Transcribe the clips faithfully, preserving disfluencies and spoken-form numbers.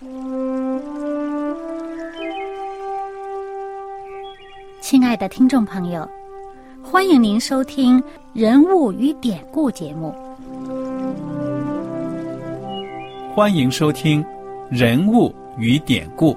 亲爱的听众朋友，欢迎您收听《人物与典故》节目。 欢迎收听《人物与典故》。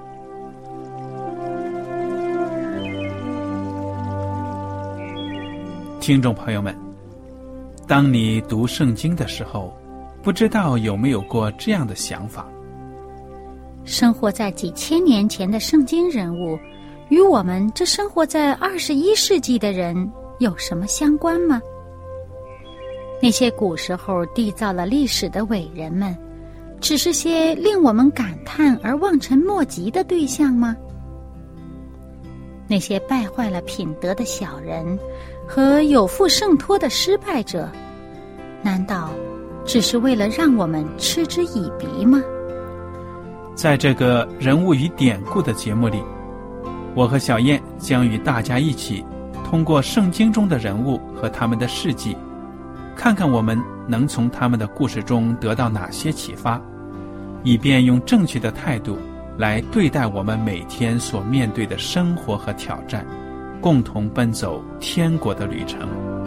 听众朋友们，当你读圣经的时候，不知道有没有过这样的想法？ 生活在几千年前的圣经人物，与我们这生活在二十一世纪的人有什么相关吗？那些古时候缔造了历史的伟人们，只是些令我们感叹而望尘莫及的对象吗？那些败坏了品德的小人和有负圣托的失败者，难道只是为了让我们嗤之以鼻吗？ 在这个人物与典故的节目里，我和小燕将与大家一起通过圣经中的人物和他们的事迹，看看我们能从他们的故事中得到哪些启发，以便用正确的态度来对待我们每天所面对的生活和挑战，共同奔走天国的旅程。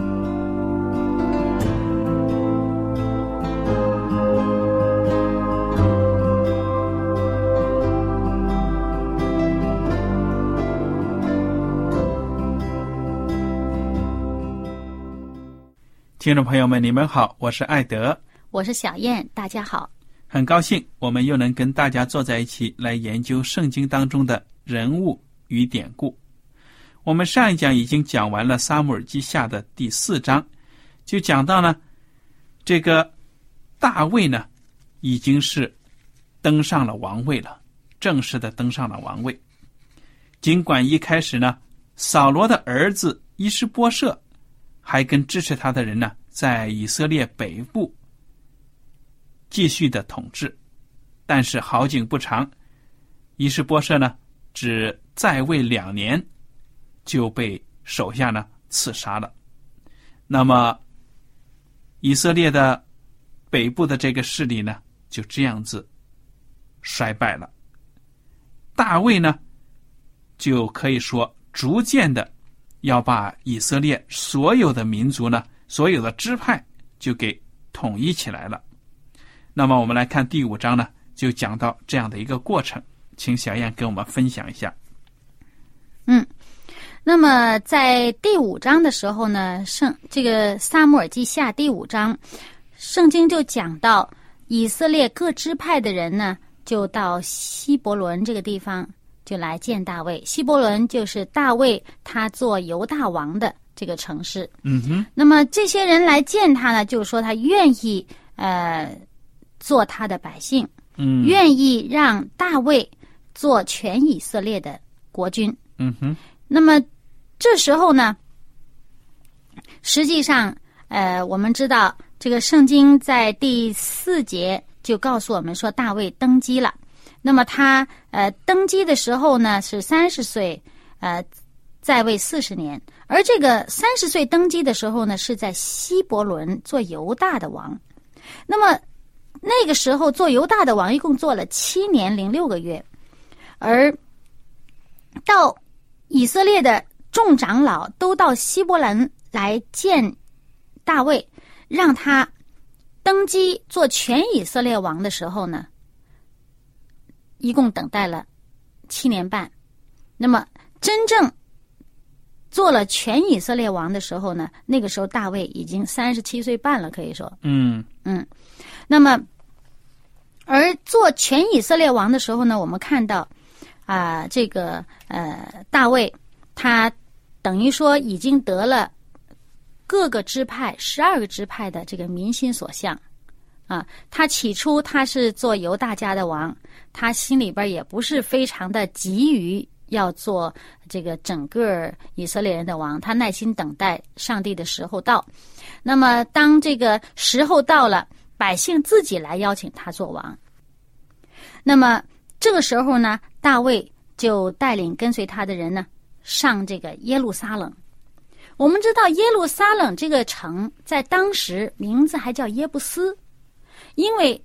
听众朋友们，你们好，我是艾德， 我是小燕，大家好。 很高兴我们又能跟大家坐在一起来研究圣经当中的人物与典故。我们上一讲已经讲完了撒母耳记下的第四章，就讲到呢，这个大卫呢已经是登上了王位了，正式的登上了王位。尽管一开始呢，扫罗的儿子伊施波设还跟支持他的人呢，在以色列北部继续的统治，但是好景不长，伊施波设呢只在位两年就被手下呢刺杀了。那么以色列的北部的这个势力呢就这样子衰败了。大卫呢就可以说逐渐的要把以色列所有的民族呢，所有的支派就给统一起来了。那么我们来看第五章呢，就讲到这样的一个过程，请小燕跟我们分享一下。 嗯，那么在第五章的时候呢，圣这个撒母耳记下第五章，圣经就讲到以色列各支派的人呢，就到希伯伦这个地方就来见大卫。希伯伦就是大卫他做犹大王的这个城市。 嗯哼。 那么这些人来见他呢，就是说他愿意呃做他的百姓， 嗯， 愿意让大卫做全以色列的国君。 嗯哼。 那么这时候呢，实际上呃我们知道这个圣经在第四节就告诉我们说大卫登基了。那么他呃登基的时候呢是三十岁，呃在位四十年。而这个三十岁登基的时候呢，是在希伯伦做犹大的王。那么那个时候做犹大的王一共做了七年零六个月，而到以色列的众长老都到希伯伦来见大卫，让他登基做全以色列王的时候呢，一共等待了七年半。那么真正做了全以色列王的时候呢，那个时候大卫已经三十七岁半了，可以说。 嗯嗯。那么而做全以色列王的时候呢，我们看到啊、呃，这个呃大卫他等于说已经得了各个支派十二个支派的这个民心所向啊。他起初他是做犹大家的王，他心里边也不是非常的急于要做这个整个以色列人的王，他耐心等待上帝的时候到。那么当这个时候到了，百姓自己来邀请他做王。那么这个时候呢，大卫就带领跟随他的人呢上这个耶路撒冷。我们知道耶路撒冷这个城在当时名字还叫耶布斯，因为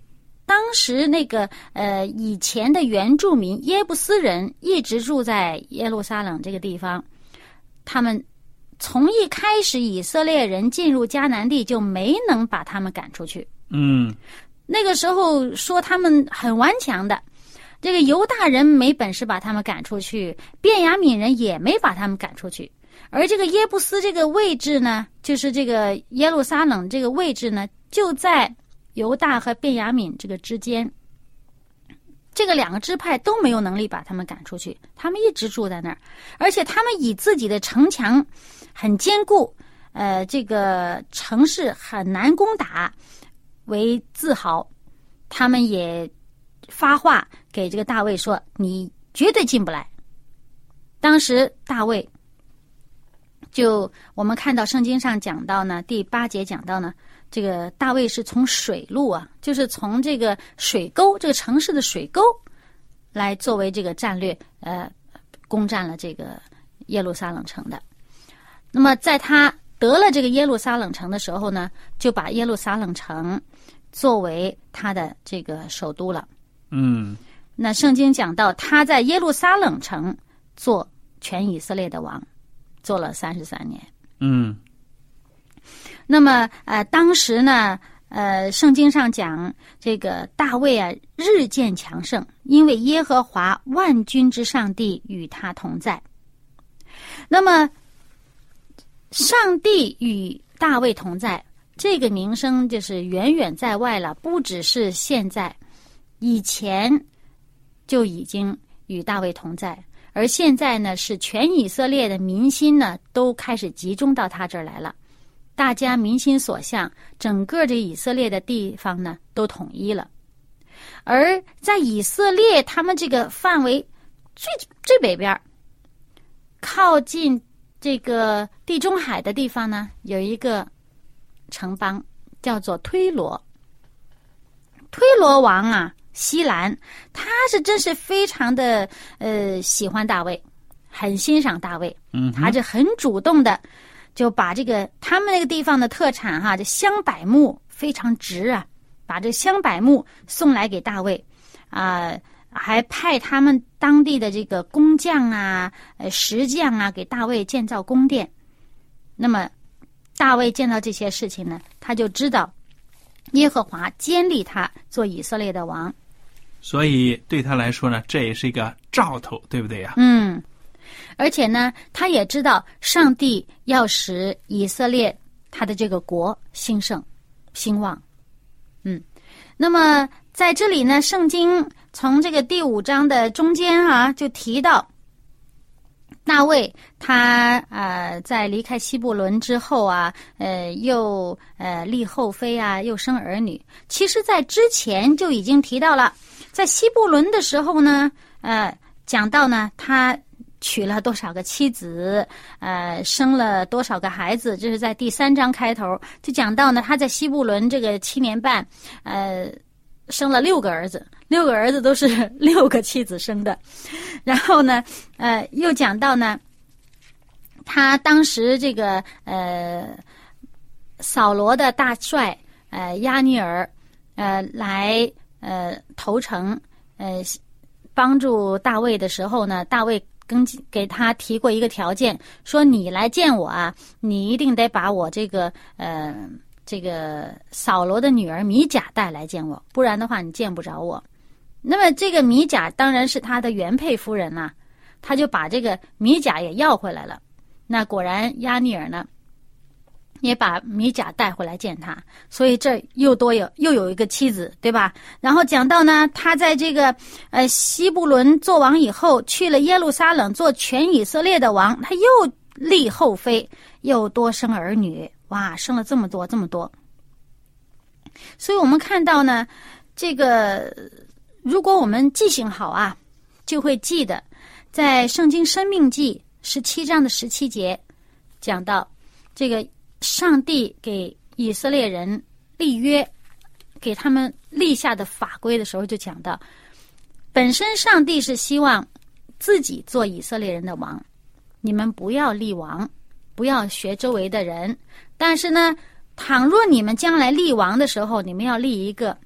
当时那个呃以前的原住民耶布斯人一直住在耶路撒冷这个地方，他们从一开始以色列人进入迦南地就没能把他们赶出去。 嗯， 那个时候说他们很顽强的，这个犹大人没本事把他们赶出去，便雅悯人也没把他们赶出去。而这个耶布斯这个位置呢，就是这个耶路撒冷这个位置呢，就在犹大和便雅悯这个之间，这个两个支派都没有能力把他们赶出去，他们一直住在那儿，而且他们以自己的城墙很坚固，呃，这个城市很难攻打为自豪，他们也发话给这个大卫说：“你绝对进不来。”当时大卫就我们看到圣经上讲到呢，第八节讲到呢，这个大卫是从水路啊，就是从这个水沟，这个城市的水沟来作为这个战略，呃，攻占了这个耶路撒冷城的。那么在他得了这个耶路撒冷城的时候呢，就把耶路撒冷城作为他的这个首都了。 嗯， 那圣经讲到他在耶路撒冷城做全以色列的王，做了三十三年。 嗯， 那么呃，当时呢，呃，圣经上讲这个大卫啊，日渐强盛，因为耶和华万军之上帝与他同在。那么，上帝与大卫同在，这个名声就是远远在外了，不只是现在，以前就已经与大卫同在。而现在呢，是全以色列的民心呢，都开始集中到他这儿来了。大家民心所向，整个这以色列的地方呢，都统一了。而在以色列他们这个范围最最北边，靠近这个地中海的地方呢，有一个城邦叫做推罗。推罗王啊，西兰，他是真是非常的呃喜欢大卫，很欣赏大卫， 嗯， 他就很主动的就把这个他们那个地方的特产哈，这香柏木非常值啊，把这香柏木送来给大卫啊、呃，还派他们当地的这个工匠啊、呃石匠啊给大卫建造宫殿。那么大卫见到这些事情呢，他就知道耶和华坚立他做以色列的王。 所以对他来说呢，这也是一个兆头，对不对呀？ 嗯，而且呢，他也知道上帝要使以色列他的这个国兴盛、兴旺。嗯，那么在这里呢，圣经从这个第五章的中间啊，就提到大卫他呃在离开希伯伦之后啊，呃又呃立后妃啊，又生儿女。其实在之前就已经提到了，在希伯伦的时候呢，呃讲到呢他娶了多少个妻子，呃生了多少个孩子，这是在第三章开头就讲到呢，他在希伯伦这个七年半，呃生了六个儿子，六个儿子都是六个妻子生的。然后呢，呃，又讲到呢，他当时这个呃，扫罗的大帅呃亚尼尔呃来呃投诚呃帮助大卫的时候呢，大卫跟给他提过一个条件，说你来见我啊，你一定得把我这个呃。这个扫罗的女儿米甲带来见我，不然的话你见不着我。那么这个米甲当然是他的原配夫人啦、啊，他就把这个米甲也要回来了。那果然亚尼尔呢也把米甲带回来见他，所以这又多有又有一个妻子，对吧？然后讲到呢，他在这个呃希伯伦做王以后，去了耶路撒冷做全以色列的王，他又立后妃，又多生儿女。哇，生了这么多这么多。所以我们看到呢，这个如果我们记性好啊，就会记得在圣经申命记十七章的十七节讲到，这个上帝给以色列人立约，给他们立下的法规的时候，就讲到本身上帝是希望自己做以色列人的王，你们不要立王，不要学周围的人，但是呢，倘若你们将来立王的时候，你们要立一个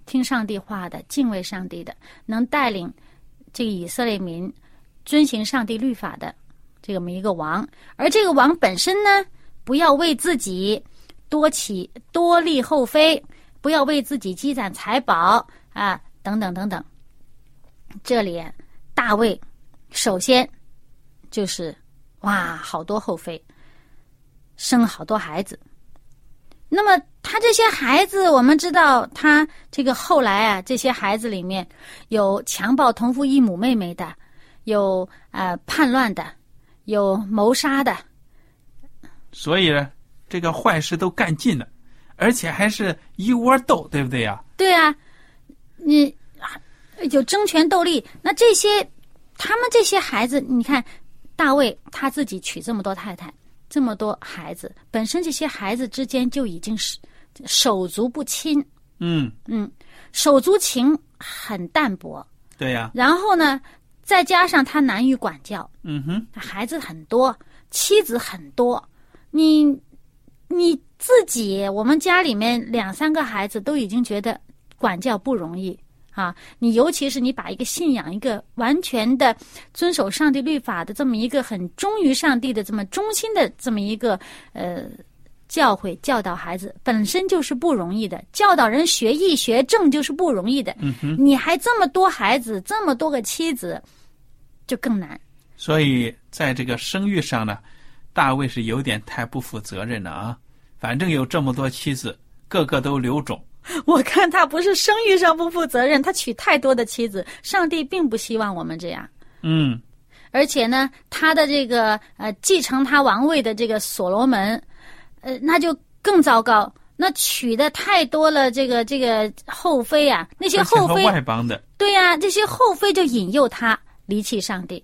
听上帝话的、敬畏上帝的，能带领这个以色列民遵行上帝律法的这么一个王。而这个王本身呢，不要为自己多起多立后妃，不要为自己积攒财宝啊，等等等等。这里大卫首先就是哇，好多后妃，生好多孩子。那么他这些孩子，我们知道他这个后来啊，这些孩子里面有强暴同父异母妹妹的，有呃叛乱的，有谋杀的。 所以呢，这个坏事都干尽了，而且还是一窝斗，对不对呀？ 对啊，你有争权斗利。那这些他们这些孩子，你看大卫他自己娶这么多太太，这么多孩子，本身这些孩子之间就已经是手足不亲， 嗯嗯，手足情很淡薄。 对呀。 然后呢，再加上他难于管教， 嗯哼， 孩子很多，妻子很多，你你自己，我们家里面两三个孩子都已经觉得管教不容易啊！你尤其是你把一个信仰、一个完全的遵守上帝律法的这么一个很忠于上帝的这么忠心的这么一个呃教诲教导孩子，本身就是不容易的。教导人学义学正就是不容易的， 嗯哼， 你还这么多孩子，这么多个妻子，就更难。 所以在这个生育上呢，大卫是有点太不负责任了啊！反正有这么多妻子，个个都留种。 我看他不是生育上不负责任，他娶太多的妻子，上帝并不希望我们这样。 嗯， 而且呢，他的这个呃继承他王位的这个所罗门，呃，那就更糟糕。那娶的太多了，这个这个后妃啊，那些后妃外邦的， 对呀、啊，这些后妃就引诱他离弃上帝。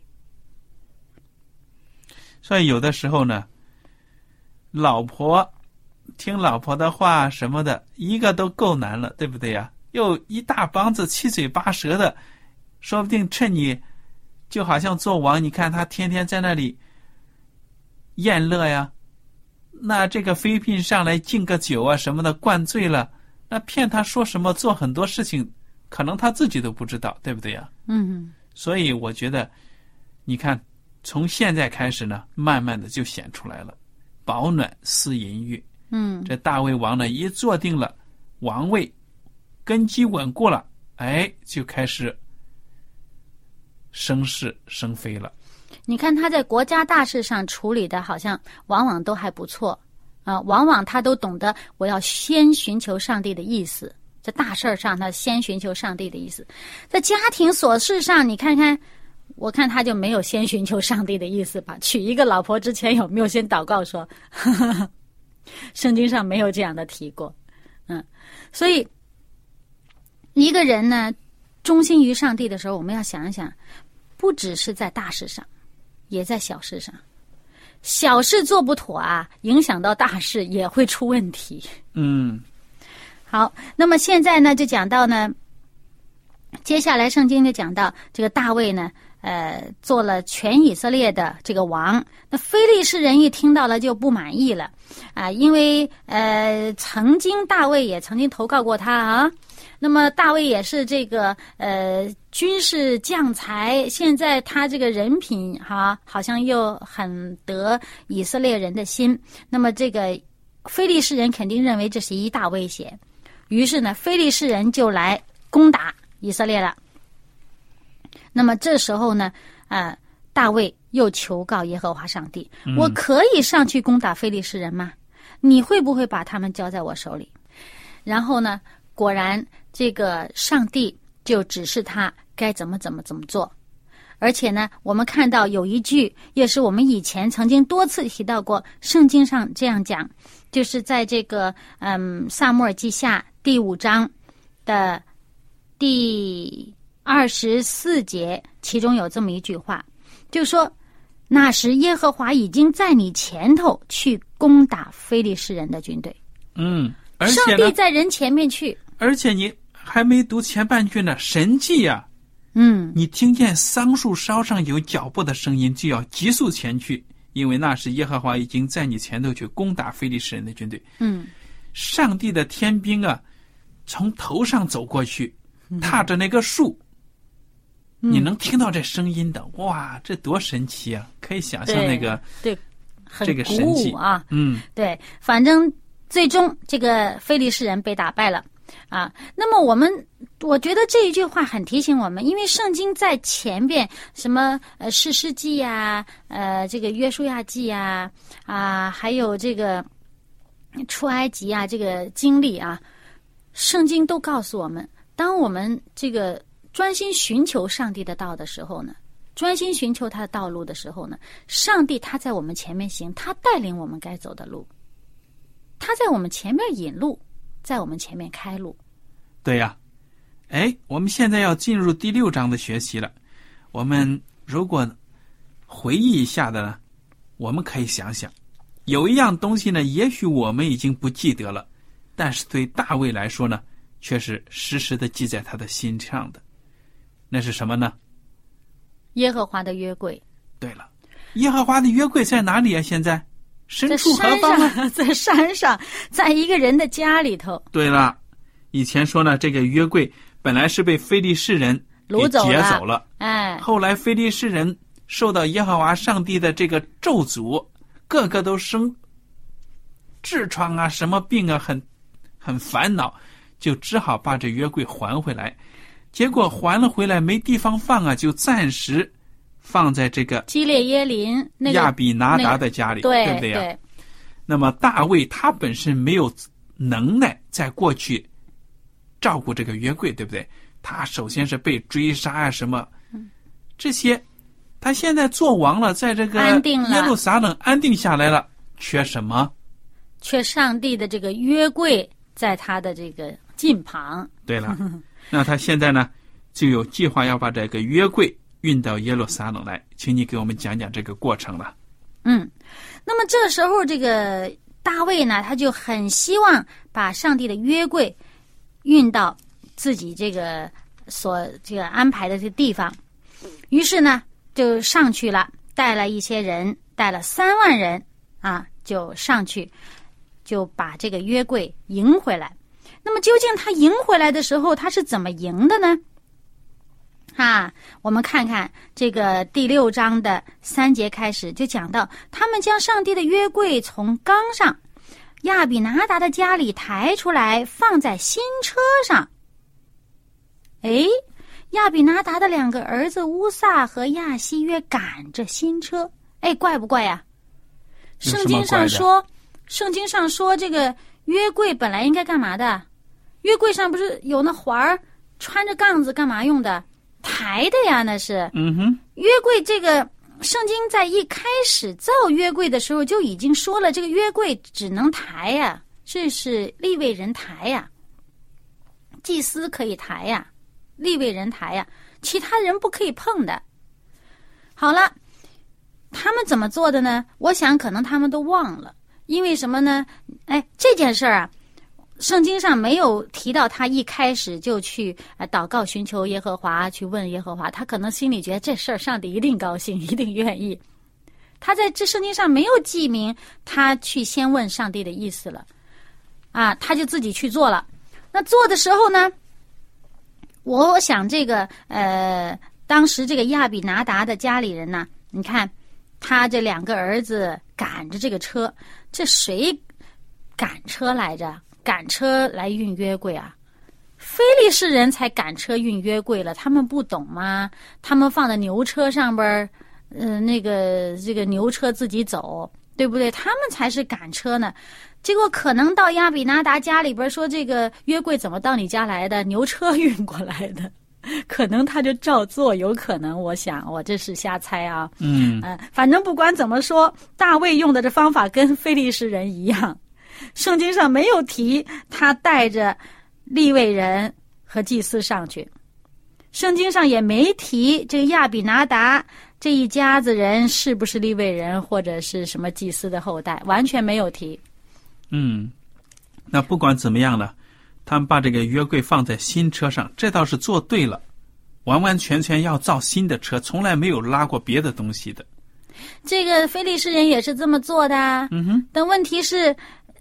所以有的时候呢，老婆听老婆的话什么的，一个都够难了，对不对呀？又一大帮子七嘴八舌的，说不定趁你就好像做王，你看他天天在那里宴乐呀，那这个妃嫔上来敬个酒啊什么的，灌醉了，那骗他说什么，做很多事情，可能他自己都不知道，对不对呀？ 嗯， 所以我觉得，你看从现在开始呢，慢慢的就显出来了，保暖思淫欲。 嗯， 这大卫王呢，一坐定了王位，根基稳固了，哎，就开始生是生非了。 你看他在国家大事上处理的好像往往都还不错啊，往往他都懂得我要先寻求上帝的意思，在大事上他先寻求上帝的意思。在家庭琐事上，你看看，我看他就没有先寻求上帝的意思吧？娶一个老婆之前有没有先祷告说？呵呵，圣经上没有这样的提过。嗯，所以一个人呢，忠心于上帝的时候，我们要想一想，不只是在大事上，也在小事上。小事做不妥啊，影响到大事也会出问题。 嗯， 好，那么现在呢，就讲到呢，接下来圣经就讲到这个大卫呢，呃，做了全以色列的这个王。那非利士人一听到了就不满意了啊，因为呃，曾经大卫也曾经投靠过他啊。那么大卫也是这个呃军事将才，现在他这个人品哈，好像又很得以色列人的心。那么这个非利士人肯定认为这是一大威胁，于是呢，非利士人就来攻打以色列了。那么这时候呢，呃，大卫又求告耶和华上帝， 嗯、 我可以上去攻打非利士人吗？你会不会把他们交在我手里？然后呢，果然这个上帝就指示他该怎么怎么怎么做。而且呢，我们看到有一句也是我们以前曾经多次提到过，圣经上这样讲，就是在这个嗯撒母耳记下第五章的第二十四节，其中有这么一句话，就说那时耶和华已经在你前头去攻打非利士人的军队。 嗯，而且上帝在人前面去， 而且你还没读前半句呢，神迹呀、啊！ 嗯， 你听见桑树梢上有脚步的声音，就要急速前去，因为那时耶和华已经在你前头去攻打非利士人的军队。 嗯， 上帝的天兵啊， 从头上走过去，踏着那个树， 嗯、 你能听到这声音的，哇，这多神奇啊！可以想象那个对，对很这个神迹啊， 嗯， 对，反正最终这个非利士人被打败了啊。那么我们，我觉得这一句话很提醒我们，因为圣经在前边什么呃士师记呀，呃这个约书亚记呀，啊还有这个出埃及啊这个经历啊，圣经都告诉我们，当我们这个专心寻求上帝的道的时候呢，专心寻求他的道路的时候呢，上帝他在我们前面行，他带领我们该走的路，他在我们前面引路，在我们前面开路。 对呀、啊，哎，我们现在要进入第六章的学习了。我们如果回忆一下的呢，我们可以想想，有一样东西呢，也许我们已经不记得了，但是对大卫来说呢，却是时时的记在他的心上的。那是什么呢？ 耶和华的约柜。 对了，耶和华的约柜在哪里啊？现在身处何方啊？ 在山上，在一个人的家里头。 对了，以前说呢，这个约柜本来是被非利士人给劫走了， 哎， 后来非利士人受到耶和华上帝的这个咒诅，个个都生痔疮啊，什么病啊，很很烦恼，就只好把这约柜还回来。结果还了回来没地方放啊，就暂时放在这个基列耶林那个亚比拿达的家里， 那个、对对不对呀、 对。 那么大卫他本身没有能耐在过去照顾这个约柜，对不对？他首先是被追杀啊，什么这些，他现在做王了，在这个耶路撒冷安定下来了，缺什么？ 缺上帝的这个约柜在他的这个近旁。 对了，那他现在呢就有计划要把这个约柜运到耶路撒冷来，请你给我们讲讲这个过程了。 嗯，那么这时候这个大卫呢，他就很希望把上帝的约柜运到自己这个所这个安排的这个地方，于是呢就上去了，带了一些人，带了三万人啊，就上去就把这个约柜迎回来。那么究竟他迎回来的时候，他是怎么迎的呢？啊，我们看看这个第六章的三节开始就讲到，他们将上帝的约柜从缸上亚比拿达的家里抬出来，放在新车上。哎，亚比拿达的两个儿子乌撒和亚希约赶着新车，哎，怪不怪呀、啊？圣经上说，圣经上说这个约柜本来应该干嘛的？约柜上不是有那环儿，穿着杠子干嘛用的？抬的呀，那是。 嗯哼。 约柜这个，圣经在一开始造约柜的时候就已经说了，这个约柜只能抬呀，这是利未人抬呀，祭司可以抬呀，利未人抬呀，其他人不可以碰的。好了，他们怎么做的呢？我想可能他们都忘了，因为什么呢？哎，这件事儿啊。圣经上没有提到他一开始就去呃祷告寻求耶和华，去问耶和华，他可能心里觉得这事儿上帝一定高兴，一定愿意。他在这圣经上没有记明他去先问上帝的意思了，啊，他就自己去做了。那做的时候呢，我想这个呃，当时这个亚比拿达的家里人呢，你看他这两个儿子赶着这个车，这谁赶车来着？赶车来运约柜啊，非利士人才赶车运约柜了，他们不懂吗？他们放在牛车上边，呃，那个这个牛车自己走，对不对？他们才是赶车呢。结果可能到亚比拿达家里边说，这个约柜怎么到你家来的？牛车运过来的，可能他就照做，有可能。我想，我这是瞎猜啊。 嗯， 呃，反正不管怎么说，大卫用的这方法跟非利士人一样。圣经上没有提他带着利未人和祭司上去，圣经上也没提这个亚比拿达这一家子人是不是利未人或者是什么祭司的后代，完全没有提。 嗯，那不管怎么样呢，他们把这个约柜放在新车上，这倒是做对了，完完全全要造新的车，从来没有拉过别的东西的。 这个非利士人也是这么做的。 嗯哼。 但问题是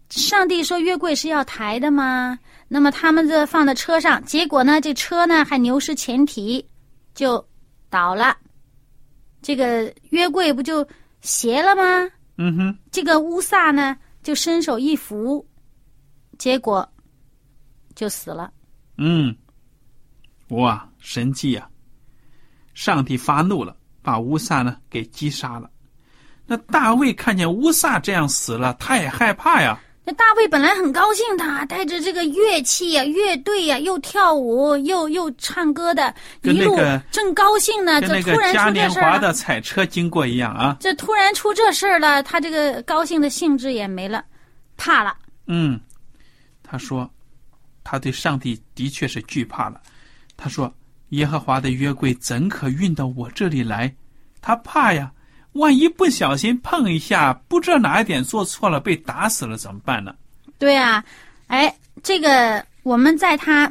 上帝说约柜是要抬的吗？那么他们这放在车上，结果呢，这车呢还牛失前蹄，就倒了。这个约柜不就斜了吗？ 嗯哼， 这个乌撒呢就伸手一扶，结果就死了。 嗯，哇，神迹啊！上帝发怒了，把乌撒呢给击杀了。那大卫看见乌撒这样死了，他也害怕呀。 那大卫本来很高兴的，带着这个乐器呀、啊、乐队呀、啊，又跳舞又又唱歌的， 跟那个一路正高兴呢， 跟那个嘉年华的彩车经过一样啊。 这突然出这事儿了，他这个高兴的兴致也没了，怕了。 嗯，他说，他对上帝的确是惧怕了。他说，耶和华的约柜怎可运到我这里来？他怕呀。万一不小心碰一下，不知道哪一点做错了，被打死了怎么办呢？ 对啊，哎，这个我们在他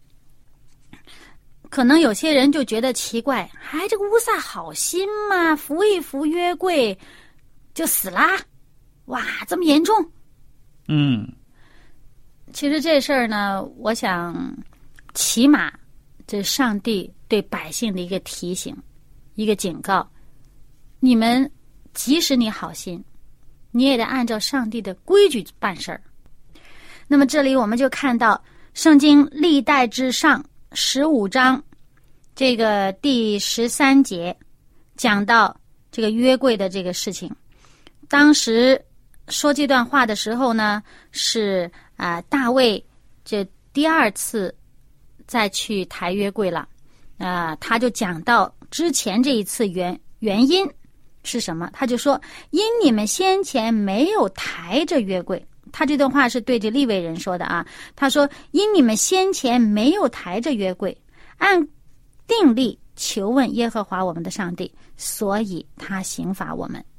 可能有些人就觉得奇怪，哎，这个乌撒好心嘛，扶一扶约柜就死啦，哇，这么严重？ 嗯， 其实这事儿呢，我想起码这是上帝对百姓的一个提醒，一个警告。你们即使你好心，你也得按照上帝的规矩办事儿。那么这里我们就看到圣经历代志上十五章这个第十三节讲到这个约柜的这个事情。当时说这段话的时候呢，是啊、呃、大卫这第二次再去抬约柜了啊、呃，他就讲到之前这一次原原因是什么？他就说，因你们先前没有抬着约柜，他这段话是对着利未人说的啊。他说，因你们先前没有抬着约柜，按定例求问耶和华我们的上帝，所以他刑罚我们。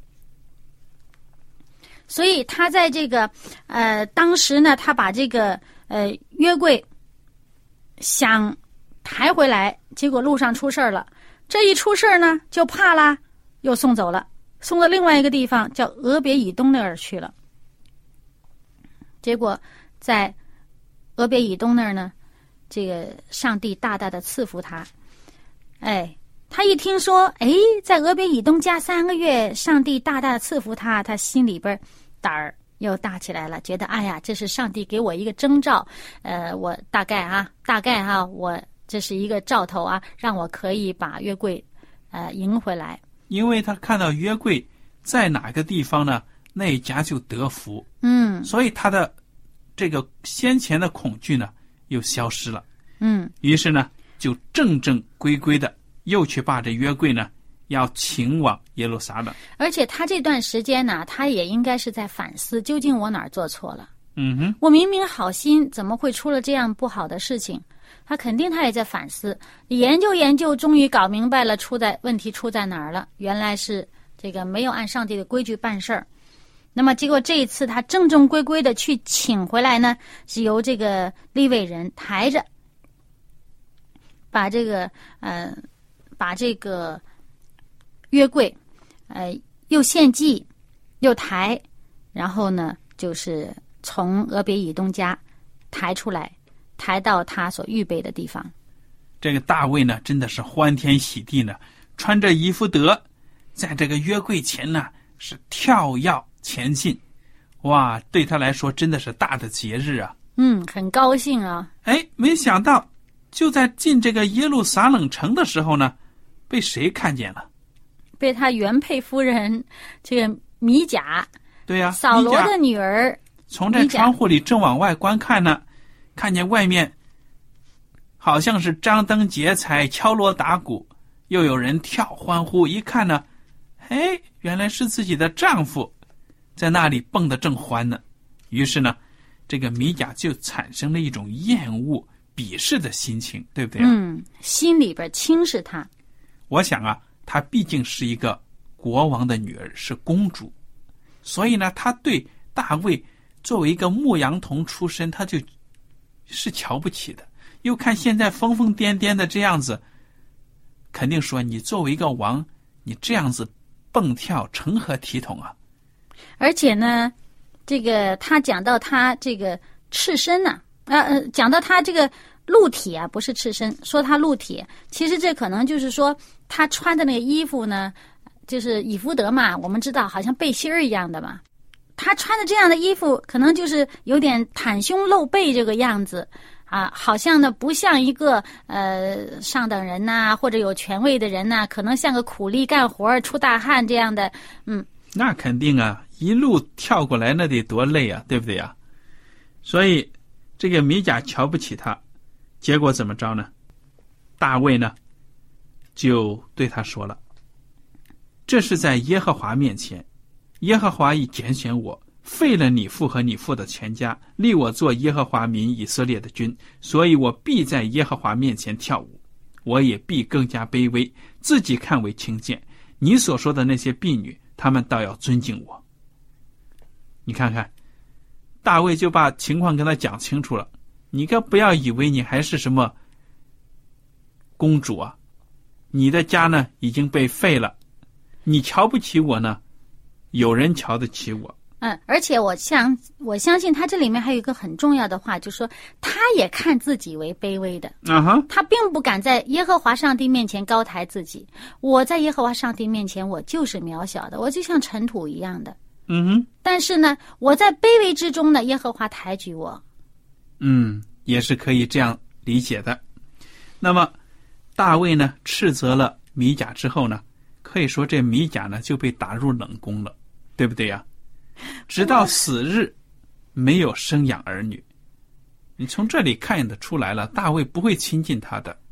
所以他在这个呃当时呢，他把这个呃约柜想抬回来，结果路上出事了。这一出事呢，就怕啦。又送走了，送到另外一个地方叫俄别以东那儿去了。结果在俄别以东那儿呢，这个上帝大大的赐福他。哎，他一听说，哎，在俄别以东家三个月，上帝大大的赐福他，他心里边胆儿又大起来了，觉得哎呀，这是上帝给我一个征兆，呃，我大概啊，大概哈、啊，我这是一个兆头啊，让我可以把约柜呃迎回来。 因为他看到约柜在哪个地方呢，那一家就得福。 嗯， 所以他的这个先前的恐惧呢又消失了。 嗯， 于是呢就正正规规的又去把这约柜呢要请往耶路撒冷。 而且他这段时间呢，他也应该是在反思，究竟我哪儿做错了？ 嗯哼， 我明明好心，怎么会出了这样不好的事情？他肯定他也在反思，研究研究，终于搞明白了出在问题出在哪儿了。原来是这个没有按上帝的规矩办事儿。那么结果这一次他正正规规的去请回来呢，是由这个利未人抬着，把这个呃把这个约柜呃又献祭又抬，然后呢就是从俄别以东家抬出来，抬到他所预备的地方。 这个大卫呢真的是欢天喜地呢，穿着以弗得在这个约柜前呢是跳跃前进。哇，对他来说真的是大的节日啊。 嗯，很高兴啊。 哎，没想到就在进这个耶路撒冷城的时候呢，被谁看见了？ 被他原配夫人这个米甲， 对呀、啊， 扫罗的女儿， 从这窗户里正往外观看呢，看见外面好像是张灯结彩、敲锣打鼓，又有人跳欢呼。一看呢，哎，原来是自己的丈夫在那里蹦得正欢呢。于是呢，这个米甲就产生了一种厌恶、鄙视的心情，对不对、啊？ 嗯，心里边轻视他。 我想啊，她毕竟是一个国王的女儿，是公主，所以呢，她对大卫作为一个牧羊童出身，他就是瞧不起的。又看现在疯疯癫癫的这样子，肯定说你作为一个王，你这样子蹦跳成何体统啊？ 而且呢， 这个他讲到他这个赤身呢、啊，呃呃，讲到他这个露体啊，不是赤身，说他露体，其实这可能就是说他穿的那个衣服呢，就是以弗得嘛，我们知道好像背心儿一样的嘛。他穿的这样的衣服，可能就是有点袒胸露背这个样子啊，好像呢不像一个呃上等人呐、啊，或者有权位的人呐、啊，可能像个苦力干活出大汗这样的。嗯， 那肯定啊，一路跳过来那得多累啊，对不对啊？所以这个米甲瞧不起他，结果怎么着呢？大卫呢就对他说了，这是在耶和华面前，耶和华已拣选我，废了你父和你父的全家，立我做耶和华民以色列的君，所以我必在耶和华面前跳舞，我也必更加卑微，自己看为轻贱。你所说的那些婢女，他们倒要尊敬我。你看看，大卫就把情况跟他讲清楚了，你可不要以为你还是什么公主啊，你的家呢已经被废了，你瞧不起我呢，有人瞧得起我。 嗯，而且我相我相信他这里面还有一个很重要的话，就是说他也看自己为卑微的， 啊哈， 他并不敢在耶和华上帝面前高抬自己。我在耶和华上帝面前，我就是渺小的，我就像尘土一样的。 嗯哼， 但是呢，我在卑微之中呢，耶和华抬举我。 嗯，也是可以这样理解的。那么大卫呢斥责了米甲之后呢，可以说这米甲呢就被打入冷宫了，对不对呀？直到死日没有生养儿女。你从这里看得出来了，大卫不会亲近他的，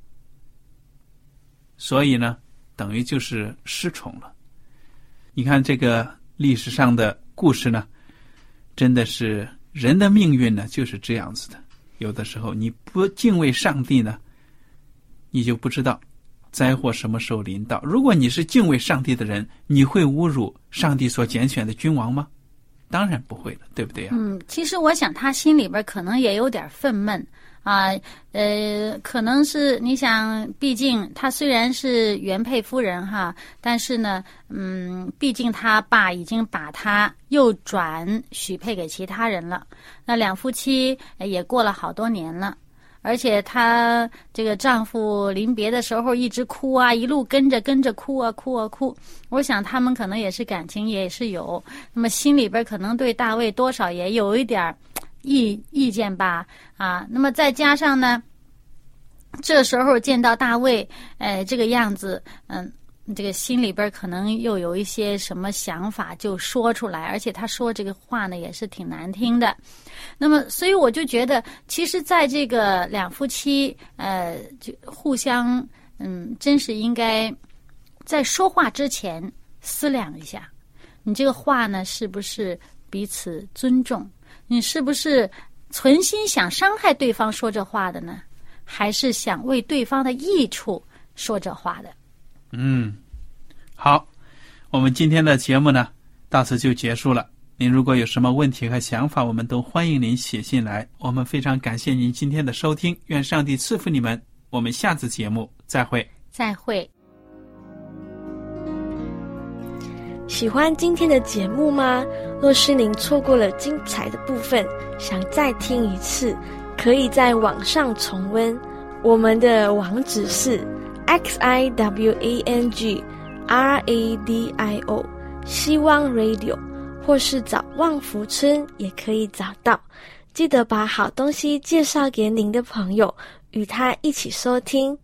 所以呢等于就是失宠了。你看这个历史上的故事呢，真的是人的命运呢就是这样子的。有的时候你不敬畏上帝呢，你就不知道灾祸什么时候临到。如果你是敬畏上帝的人，你会侮辱上帝所拣选的君王吗？当然不会了，对不对呀？ 嗯，其实我想他心里边可能也有点愤懑啊，呃，可能是你想，毕竟他虽然是原配夫人哈，但是呢，嗯，毕竟他爸已经把他又转许配给其他人了，那两夫妻也过了好多年了。而且她这个丈夫临别的时候一直哭啊，一路跟着跟着哭啊哭啊哭。我想他们可能也是感情也是有，那么心里边可能对大卫多少也有一点意意见吧啊。那么再加上呢，这时候见到大卫，哎，这个样子，嗯。这个心里边可能又有一些什么想法就说出来，而且他说这个话呢也是挺难听的。那么所以我就觉得其实在这个两夫妻呃就互相嗯真是应该在说话之前思量一下，你这个话呢是不是彼此尊重，你是不是存心想伤害对方说这话的呢，还是想为对方的益处说这话的。 嗯，好，我们今天的节目呢到此就结束了。您如果有什么问题和想法，我们都欢迎您写信来。我们非常感谢您今天的收听，愿上帝赐福你们。我们下次节目再会。 再会。 喜欢今天的节目吗？若是您错过了精彩的部分，想再听一次，可以在网上重温。我们的网址是X I W A N G R A D I O 希望 Radio， 或是找旺福村也可以找到。记得把好东西介绍给您的朋友，与他一起收听。